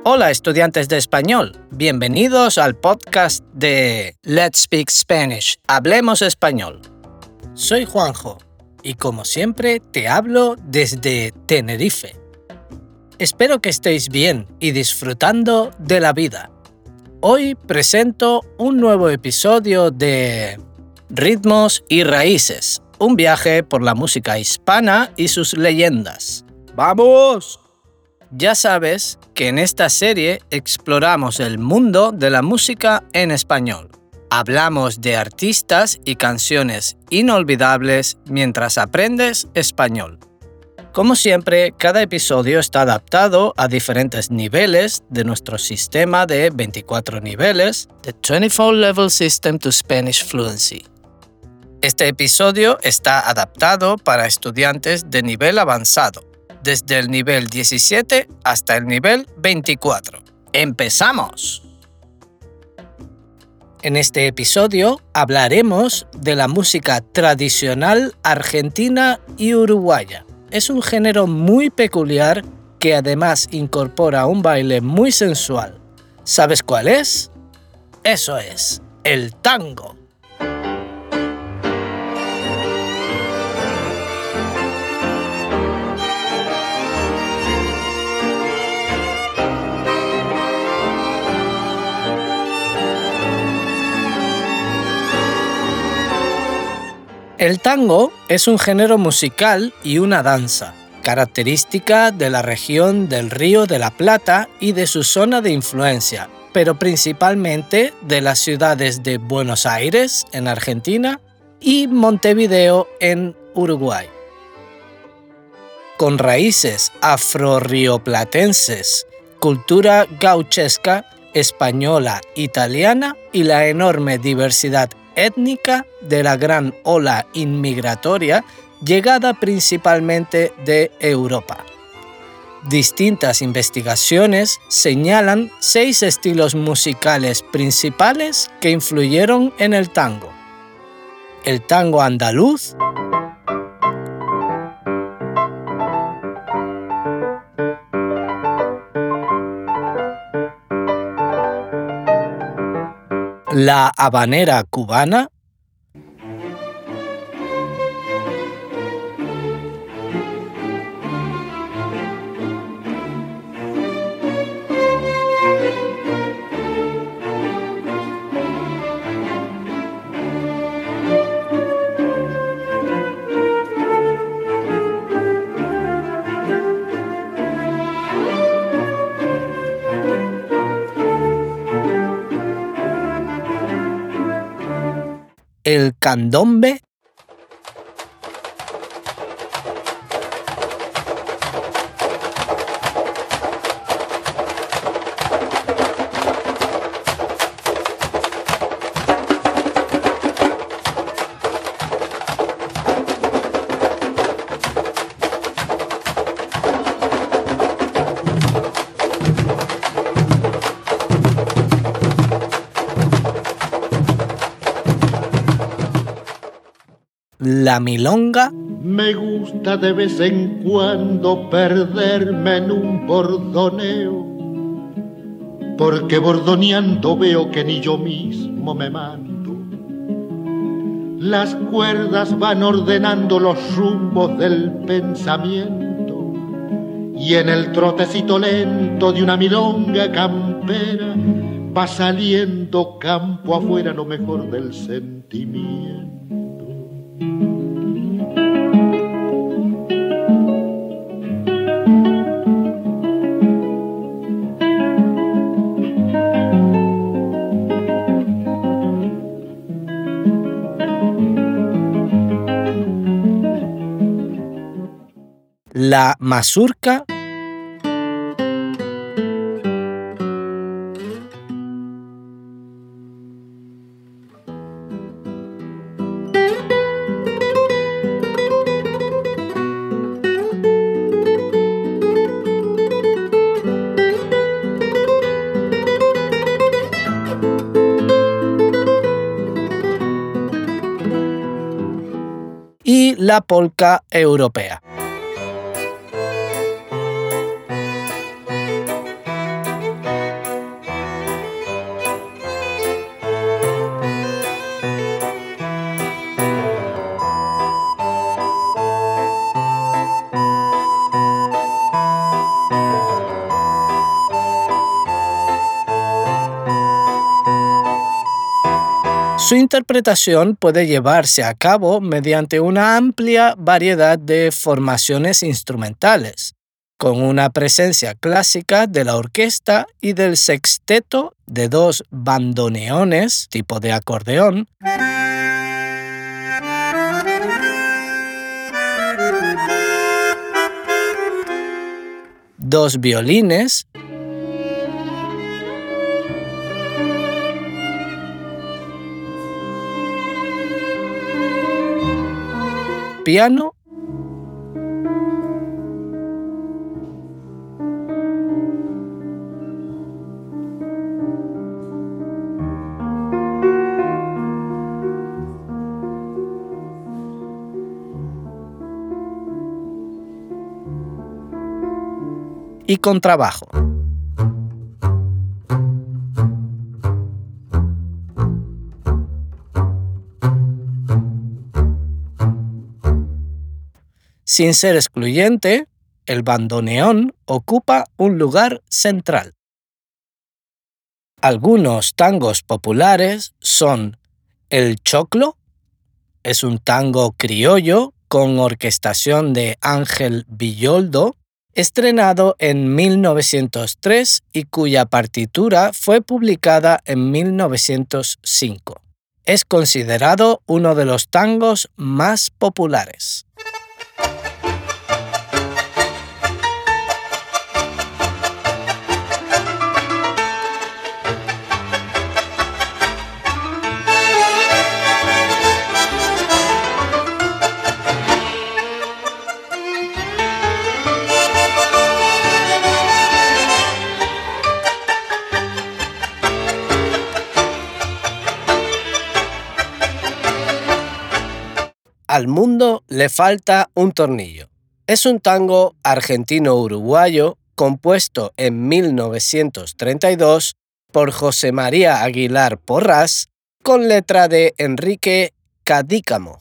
Hola estudiantes de español, bienvenidos al podcast de Let's Speak Spanish, Hablemos Español. Soy Juanjo y como siempre te hablo desde Tenerife. Espero que estéis bien y disfrutando de la vida. Hoy presento un nuevo episodio de Ritmos y Raíces, un viaje por la música hispana y sus leyendas. ¡Vamos! Ya sabes que en esta serie exploramos el mundo de la música en español. Hablamos de artistas y canciones inolvidables mientras aprendes español. Como siempre, cada episodio está adaptado a diferentes niveles de nuestro sistema de 24 niveles, The 24 Level System to Spanish Fluency. Este episodio está adaptado para estudiantes de nivel avanzado, desde el nivel 17 hasta el nivel 24. ¡Empezamos! En este episodio hablaremos de la música tradicional argentina y uruguaya. Es un género muy peculiar que además incorpora un baile muy sensual. ¿Sabes cuál es? Eso es, el tango. El tango es un género musical y una danza, característica de la región del Río de la Plata y de su zona de influencia, pero principalmente de las ciudades de Buenos Aires, en Argentina, y Montevideo, en Uruguay. Con raíces afro-rioplatenses, cultura gauchesca, española, italiana y la enorme diversidad étnica de la gran ola inmigratoria llegada principalmente de Europa. Distintas investigaciones señalan 6 estilos musicales principales que influyeron en el tango. El tango andaluz, la habanera cubana, el candombe, la milonga. Me gusta de vez en cuando perderme en un bordoneo, porque bordoneando veo que ni yo mismo me mando. Las cuerdas van ordenando los rumbos del pensamiento, y en el trotecito lento de una milonga campera va saliendo campo afuera lo mejor del sentimiento. La mazurca, y la polca europea. Su interpretación puede llevarse a cabo mediante una amplia variedad de formaciones instrumentales, con una presencia clásica de la orquesta y del sexteto de 2 bandoneones tipo de acordeón, 2 violines, piano y contrabajo. Sin ser excluyente, el bandoneón ocupa un lugar central. Algunos tangos populares son el choclo, es un tango criollo con orquestación de Ángel Villoldo, estrenado en 1903 y cuya partitura fue publicada en 1905. Es considerado uno de los tangos más populares. Al mundo le falta un tornillo. Es un tango argentino-uruguayo compuesto en 1932 por José María Aguilar Porras con letra de Enrique Cadícamo.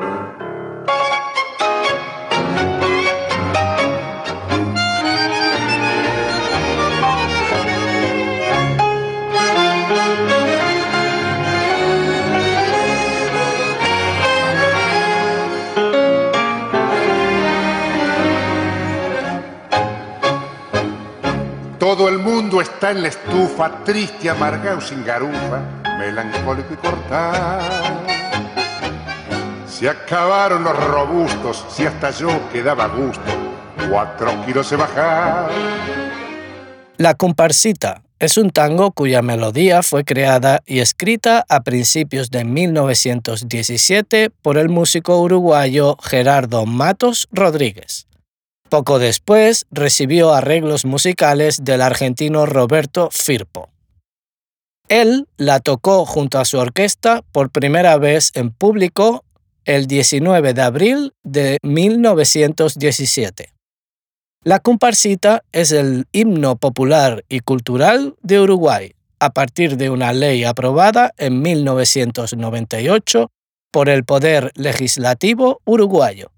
Todo el mundo está en la estufa, triste, amargado, sin garufa, melancólico y cortado. Se acabaron los robustos, si hasta yo quedaba a gusto, 4 kilos se bajaron. La comparsita es un tango cuya melodía fue creada y escrita a principios de 1917 por el músico uruguayo Gerardo Matos Rodríguez. Poco después recibió arreglos musicales del argentino Roberto Firpo. Él la tocó junto a su orquesta por primera vez en público el 19 de abril de 1917. La comparsita es el himno popular y cultural de Uruguay, a partir de una ley aprobada en 1998 por el Poder Legislativo uruguayo.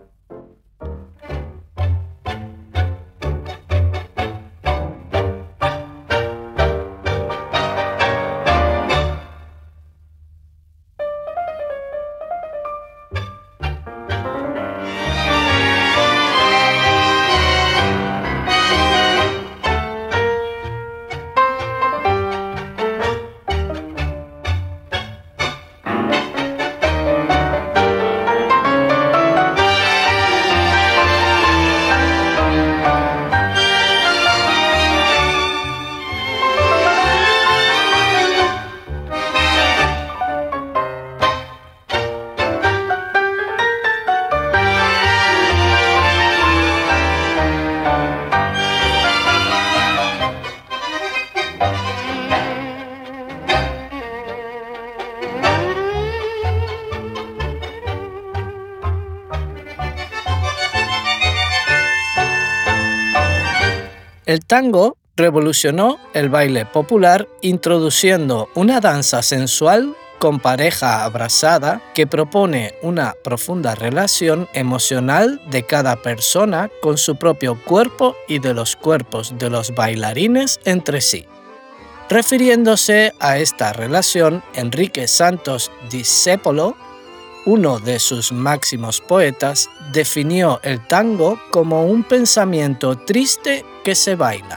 El tango revolucionó el baile popular introduciendo una danza sensual con pareja abrazada que propone una profunda relación emocional de cada persona con su propio cuerpo y de los cuerpos de los bailarines entre sí. Refiriéndose a esta relación, Enrique Santos Discépolo, uno de sus máximos poetas, definió el tango como un pensamiento triste que se baila.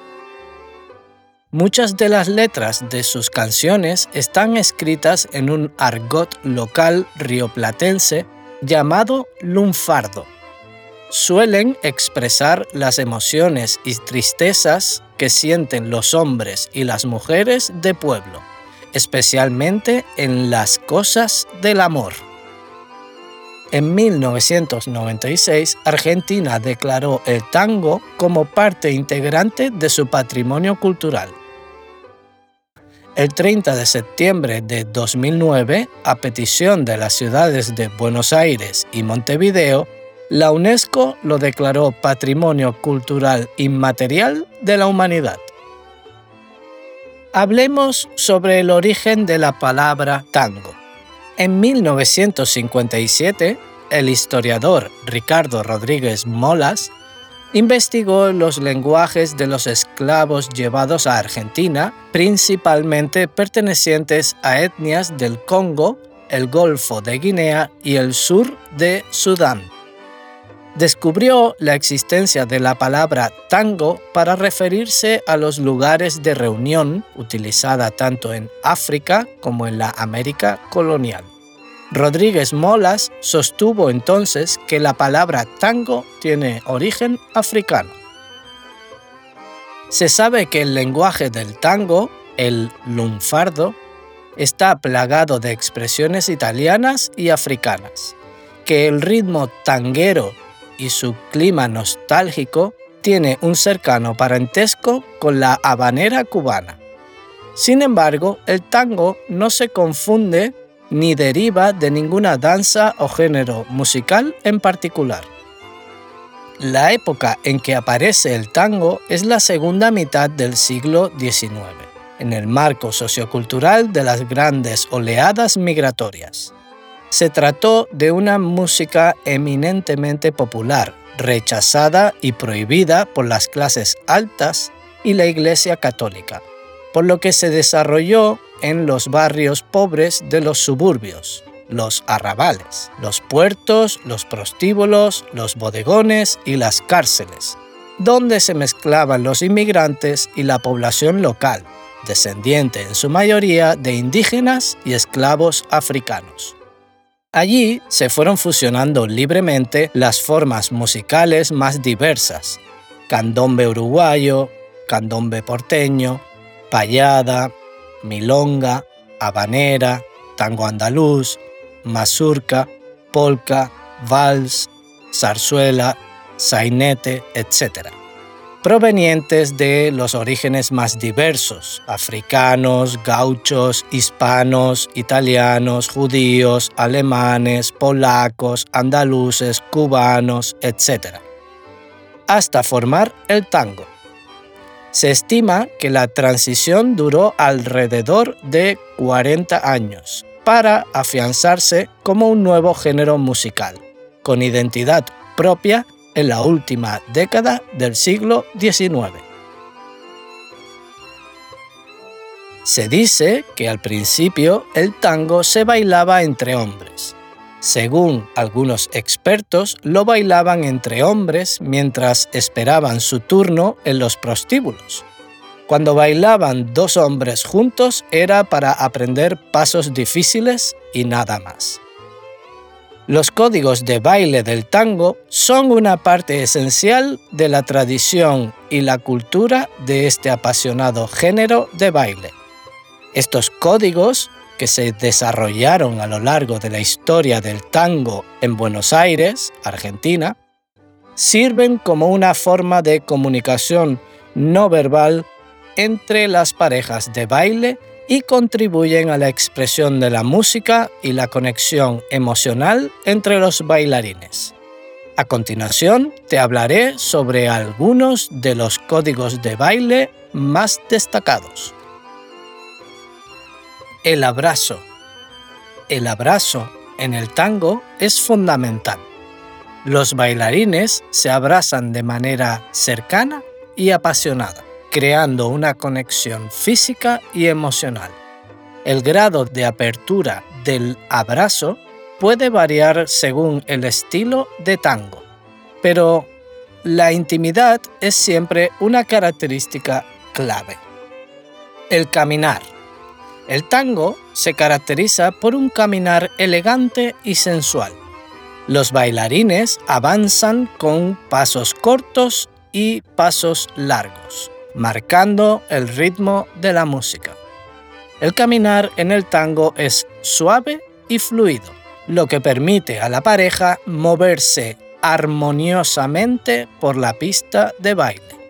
Muchas de las letras de sus canciones están escritas en un argot local rioplatense llamado lunfardo. Suelen expresar las emociones y tristezas que sienten los hombres y las mujeres de pueblo, especialmente en las cosas del amor. En 1996, Argentina declaró el tango como parte integrante de su patrimonio cultural. El 30 de septiembre de 2009, a petición de las ciudades de Buenos Aires y Montevideo, la UNESCO lo declaró Patrimonio Cultural Inmaterial de la Humanidad. Hablemos sobre el origen de la palabra tango. En 1957, el historiador Ricardo Rodríguez Molas investigó los lenguajes de los esclavos llevados a Argentina, principalmente pertenecientes a etnias del Congo, el Golfo de Guinea y el sur de Sudán. Descubrió la existencia de la palabra tango para referirse a los lugares de reunión utilizada tanto en África como en la América colonial. Rodríguez Molas sostuvo entonces que la palabra tango tiene origen africano. Se sabe que el lenguaje del tango, el lunfardo, está plagado de expresiones italianas y africanas, que el ritmo tanguero y su clima nostálgico tiene un cercano parentesco con la habanera cubana. Sin embargo, el tango no se confunde ni deriva de ninguna danza o género musical en particular. La época en que aparece el tango es la segunda mitad del siglo XIX, en el marco sociocultural de las grandes oleadas migratorias. Se trató de una música eminentemente popular, rechazada y prohibida por las clases altas y la Iglesia Católica, por lo que se desarrolló en los barrios pobres de los suburbios, los arrabales, los puertos, los prostíbulos, los bodegones y las cárceles, donde se mezclaban los inmigrantes y la población local, descendiente en su mayoría de indígenas y esclavos africanos. Allí se fueron fusionando libremente las formas musicales más diversas: candombe uruguayo, candombe porteño, payada, milonga, habanera, tango andaluz, mazurca, polka, vals, zarzuela, sainete, etc., provenientes de los orígenes más diversos: africanos, gauchos, hispanos, italianos, judíos, alemanes, polacos, andaluces, cubanos, etc., hasta formar el tango. Se estima que la transición duró alrededor de 40 años para afianzarse como un nuevo género musical, con identidad propia en la última década del siglo XIX. Se dice que al principio el tango se bailaba entre hombres. Según algunos expertos, lo bailaban entre hombres mientras esperaban su turno en los prostíbulos. Cuando bailaban dos hombres juntos era para aprender pasos difíciles y nada más. Los códigos de baile del tango son una parte esencial de la tradición y la cultura de este apasionado género de baile. Estos códigos, que se desarrollaron a lo largo de la historia del tango en Buenos Aires, Argentina, sirven como una forma de comunicación no verbal entre las parejas de baile y contribuyen a la expresión de la música y la conexión emocional entre los bailarines. A continuación, te hablaré sobre algunos de los códigos de baile más destacados. El abrazo. El abrazo en el tango es fundamental. Los bailarines se abrazan de manera cercana y apasionada, creando una conexión física y emocional. El grado de apertura del abrazo puede variar según el estilo de tango, pero la intimidad es siempre una característica clave. El caminar. El tango se caracteriza por un caminar elegante y sensual. Los bailarines avanzan con pasos cortos y pasos largos, marcando el ritmo de la música. El caminar en el tango es suave y fluido, lo que permite a la pareja moverse armoniosamente por la pista de baile.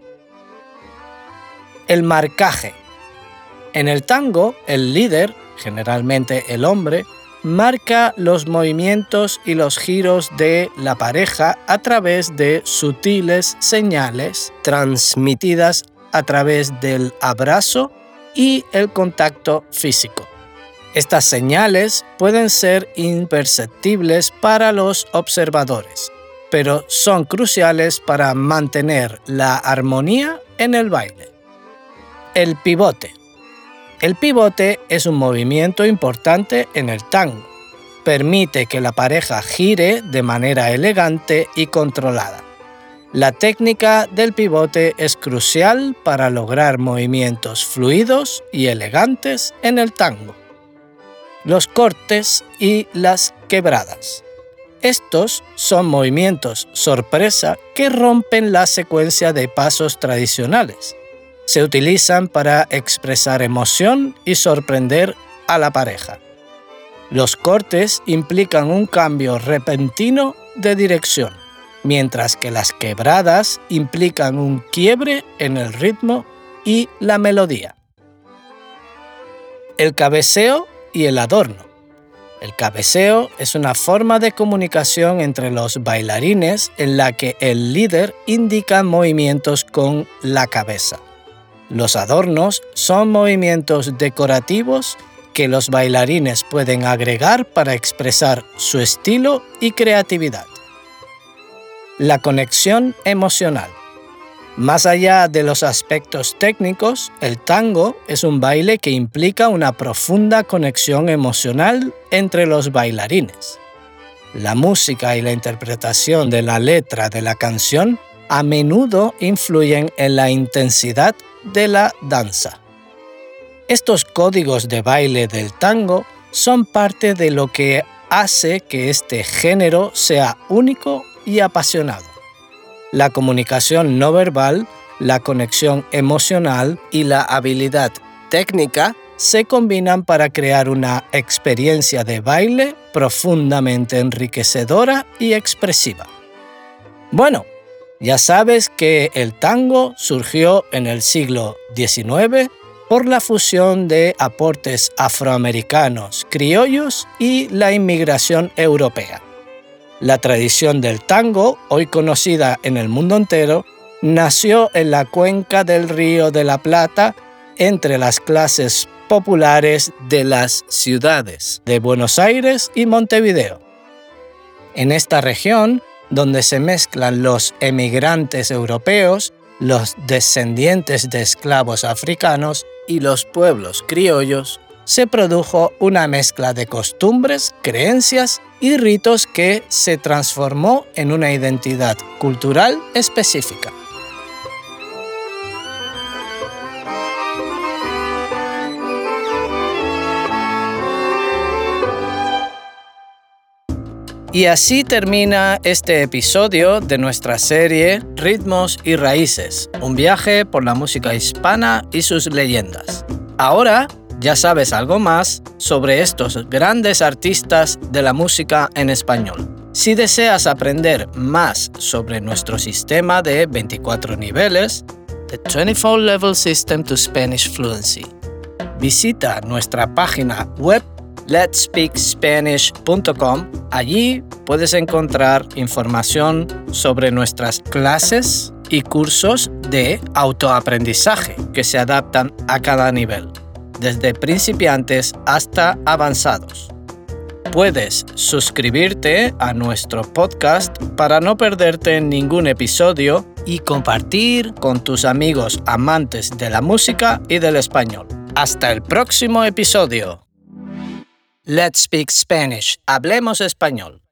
El marcaje. En el tango, el líder, generalmente el hombre, marca los movimientos y los giros de la pareja a través de sutiles señales transmitidas a través del abrazo y el contacto físico. Estas señales pueden ser imperceptibles para los observadores, pero son cruciales para mantener la armonía en el baile. El pivote. El pivote es un movimiento importante en el tango. Permite que la pareja gire de manera elegante y controlada. La técnica del pivote es crucial para lograr movimientos fluidos y elegantes en el tango. Los cortes y las quebradas. Estos son movimientos sorpresa que rompen la secuencia de pasos tradicionales. Se utilizan para expresar emoción y sorprender a la pareja. Los cortes implican un cambio repentino de dirección, mientras que las quebradas implican un quiebre en el ritmo y la melodía. El cabeceo y el adorno. El cabeceo es una forma de comunicación entre los bailarines en la que el líder indica movimientos con la cabeza. Los adornos son movimientos decorativos que los bailarines pueden agregar para expresar su estilo y creatividad. La conexión emocional. Más allá de los aspectos técnicos, el tango es un baile que implica una profunda conexión emocional entre los bailarines. La música y la interpretación de la letra de la canción a menudo influyen en la intensidad de la danza. Estos códigos de baile del tango son parte de lo que hace que este género sea único y apasionado. La comunicación no verbal, la conexión emocional y la habilidad técnica se combinan para crear una experiencia de baile profundamente enriquecedora y expresiva. Bueno, ya sabes que el tango surgió en el siglo XIX por la fusión de aportes afroamericanos, criollos y la inmigración europea. La tradición del tango, hoy conocida en el mundo entero, nació en la cuenca del Río de la Plata entre las clases populares de las ciudades de Buenos Aires y Montevideo. En esta región, donde se mezclan los emigrantes europeos, los descendientes de esclavos africanos y los pueblos criollos, se produjo una mezcla de costumbres, creencias y ritos que se transformó en una identidad cultural específica. Y así termina este episodio de nuestra serie Ritmos y Raíces, un viaje por la música hispana y sus leyendas. Ahora ya sabes algo más sobre estos grandes artistas de la música en español. Si deseas aprender más sobre nuestro sistema de 24 niveles, The 24 Level System to Spanish Fluency, visita nuestra página web letspeakspanish.com. Allí puedes encontrar información sobre nuestras clases y cursos de autoaprendizaje que se adaptan a cada nivel, desde principiantes hasta avanzados. Puedes suscribirte a nuestro podcast para no perderte ningún episodio y compartir con tus amigos amantes de la música y del español. Hasta el próximo episodio. Let's Speak Spanish. Hablemos español.